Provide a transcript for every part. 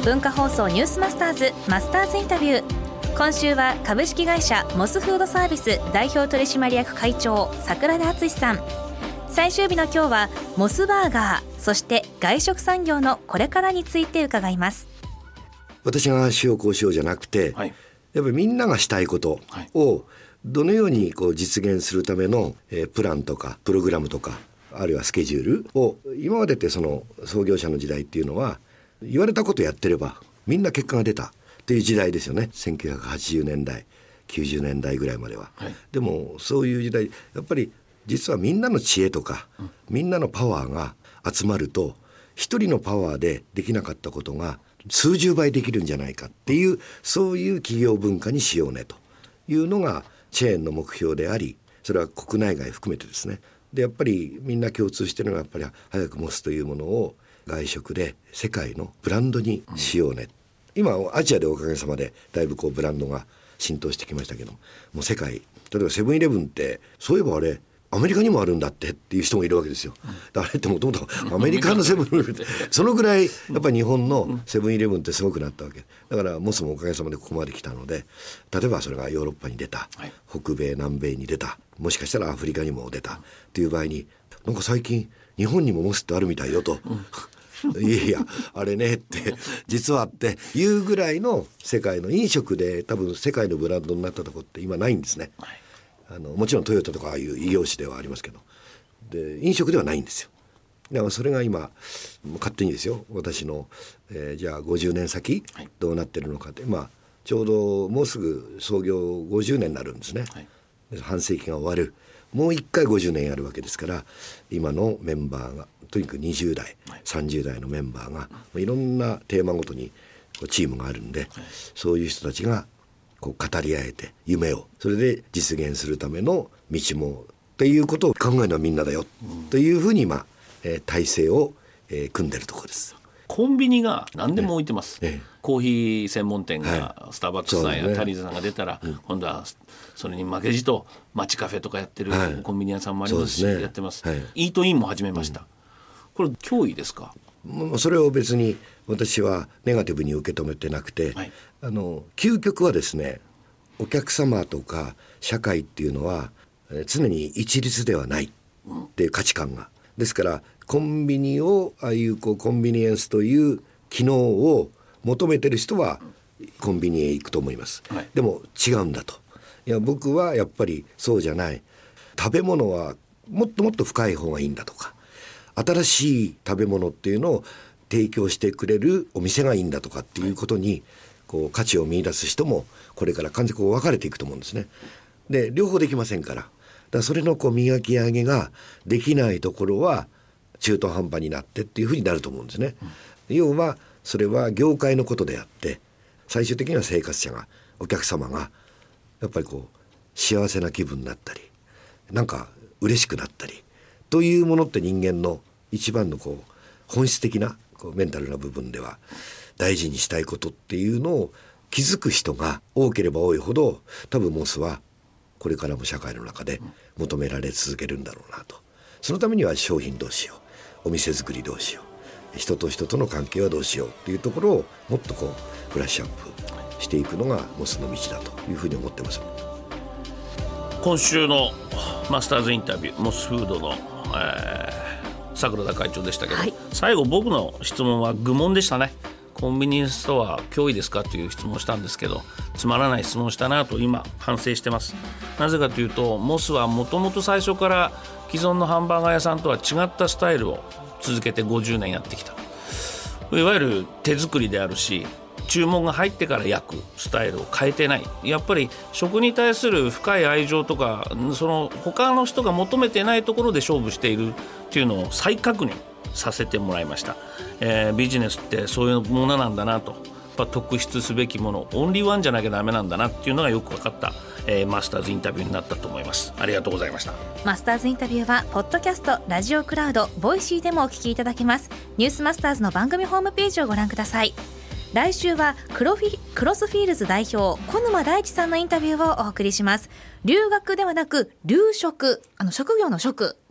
文化放送ニュースマスターズマスターズインタビュー。今週は株式会社モスフードサービス代表取締役会長桜田敦さん。最終日の今日はモスバーガー、そして外食産業のこれからについて伺います。 私がしようこうしようじゃなくて、やっぱりみんながしたいことをどのようにこう実現するためのプランとかプログラムとか、あるいはスケジュールを、今までってその創業者の時代っていうのは言われたことやってればみんな結果が出たっていう時代ですよね。1980年代90年代ぐらいまでは、でもそういう時代、やっぱり実はみんなの知恵とか、みんなのパワーが集まると、一人のパワーでできなかったことが数十倍できるんじゃないかっていう、そういう企業文化にしようねというのがチェーンの目標であり、それは国内外含めてですね。でやっぱりみんな共通しているのは、やっぱり早くモスというものを外食で世界のブランドにしようね、今アジアでおかげさまでだいぶこうブランドが浸透してきましたけども、う世界、例えばセブンイレブンってそういえばあれアメリカにもあるんだっていう人もいるわけですよ。あれってもともとアメリカのセブンイレブンってそのぐらいやっぱり日本のセブンイレブンってすごくなったわけだから、モスもおかげさまでここまで来たので、例えばそれがヨーロッパに出た、北米南米に出た、もしかしたらアフリカにも出たっていう場合に、なんか最近日本にもモスってあるみたいよと、いやいやあれねって実はっていうぐらいの世界の飲食で多分世界のブランドになったところって今ないんですね。もちろんトヨタとかああいう異業種ではありますけど、で飲食ではないんですよ。だからそれが今勝手にですよ、私の、じゃあ50年先どうなってるのかって、ちょうどもうすぐ創業50年になるんですね、半世紀が終わる。もう一回50年やるわけですから、今のメンバーがとにかく20代、30代のメンバーがいろんなテーマごとにチームがあるんで、そういう人たちがこう語り合えて、夢をそれで実現するための道もっていうことを考えるのはみんなだよ、というふうに今、体制を、組んでるところです。 コンビニが何でも置いてます、コーヒー専門店が、スターバックスさんやタリーズさんが出たら、今度はそれに負けじと街カフェとかやってるコンビニ屋さんもありますし、やってます、イートインも始めました、これ脅威ですか？ それを別に私はネガティブに受け止めてなくて、究極はですね、お客様とか社会っていうのは常に一律ではないっていう価値観が、ですからコンビニをああいうコンビニエンスという機能を求めてる人はコンビニへ行くと思います、でも違うんだと。いや僕はやっぱりそうじゃない、食べ物はもっともっと深い方がいいんだとか、新しい食べ物っていうのを提供してくれるお店がいいんだとかっていうことにこう価値を見出す人もこれから完全に分かれていくと思うんですね。で両方できませんから、だからそれの磨き上げができないところは中途半端になってっていうふうになると思うんですね、要はそれは業界のことであって、最終的には生活者が、お客様がやっぱり幸せな気分になったり、なんか嬉しくなったりというものって人間の一番の本質的なメンタルな部分では大事にしたいことっていうのを気づく人が多ければ多いほど、多分モスはこれからも社会の中で求められ続けるんだろうなと。そのためには商品どうしよう、お店作りどうしよう、人と人との関係はどうしようっていうところをもっとブラッシュアップしていくのがモスの道だというふうに思ってます。 今週のマスターズインタビュー、モスフードの、桜田会長でしたけど、最後僕の質問は愚問でしたね。コンビニエンスストア脅威ですかという質問をしたんですけど、つまらない質問をしたなと今反省してます。なぜかというと、モスはもともと最初から既存のハンバーガー屋さんとは違ったスタイルを続けて50年やってきた。いわゆる手作りであるし、注文が入ってから焼くスタイルを変えてない。やっぱり食に対する深い愛情とか、その他の人が求めてないところで勝負しているっていうのを再確認させてもらいました、ビジネスってそういうものなんだなと、やっぱ特筆すべきもの、オンリーワンじゃなきゃダメなんだなっていうのがよく分かった、マスターズインタビューになったと思います。ありがとうございました。 マスターズインタビューはポッドキャスト、ラジオクラウド、ボイシーでもお聞きいただけます。ニュースマスターズの番組ホームページをご覧ください。来週はクロスフィールズ代表小沼大地さんのインタビューをお送りします。留学ではなく留職、職業の職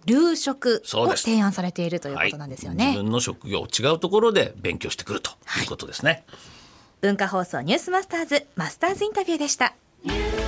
留職を提案されているということなんですよね。 自分の職業違うところで勉強してくるということですね。 文化放送ニュースマスターズマスターズインタビューでした。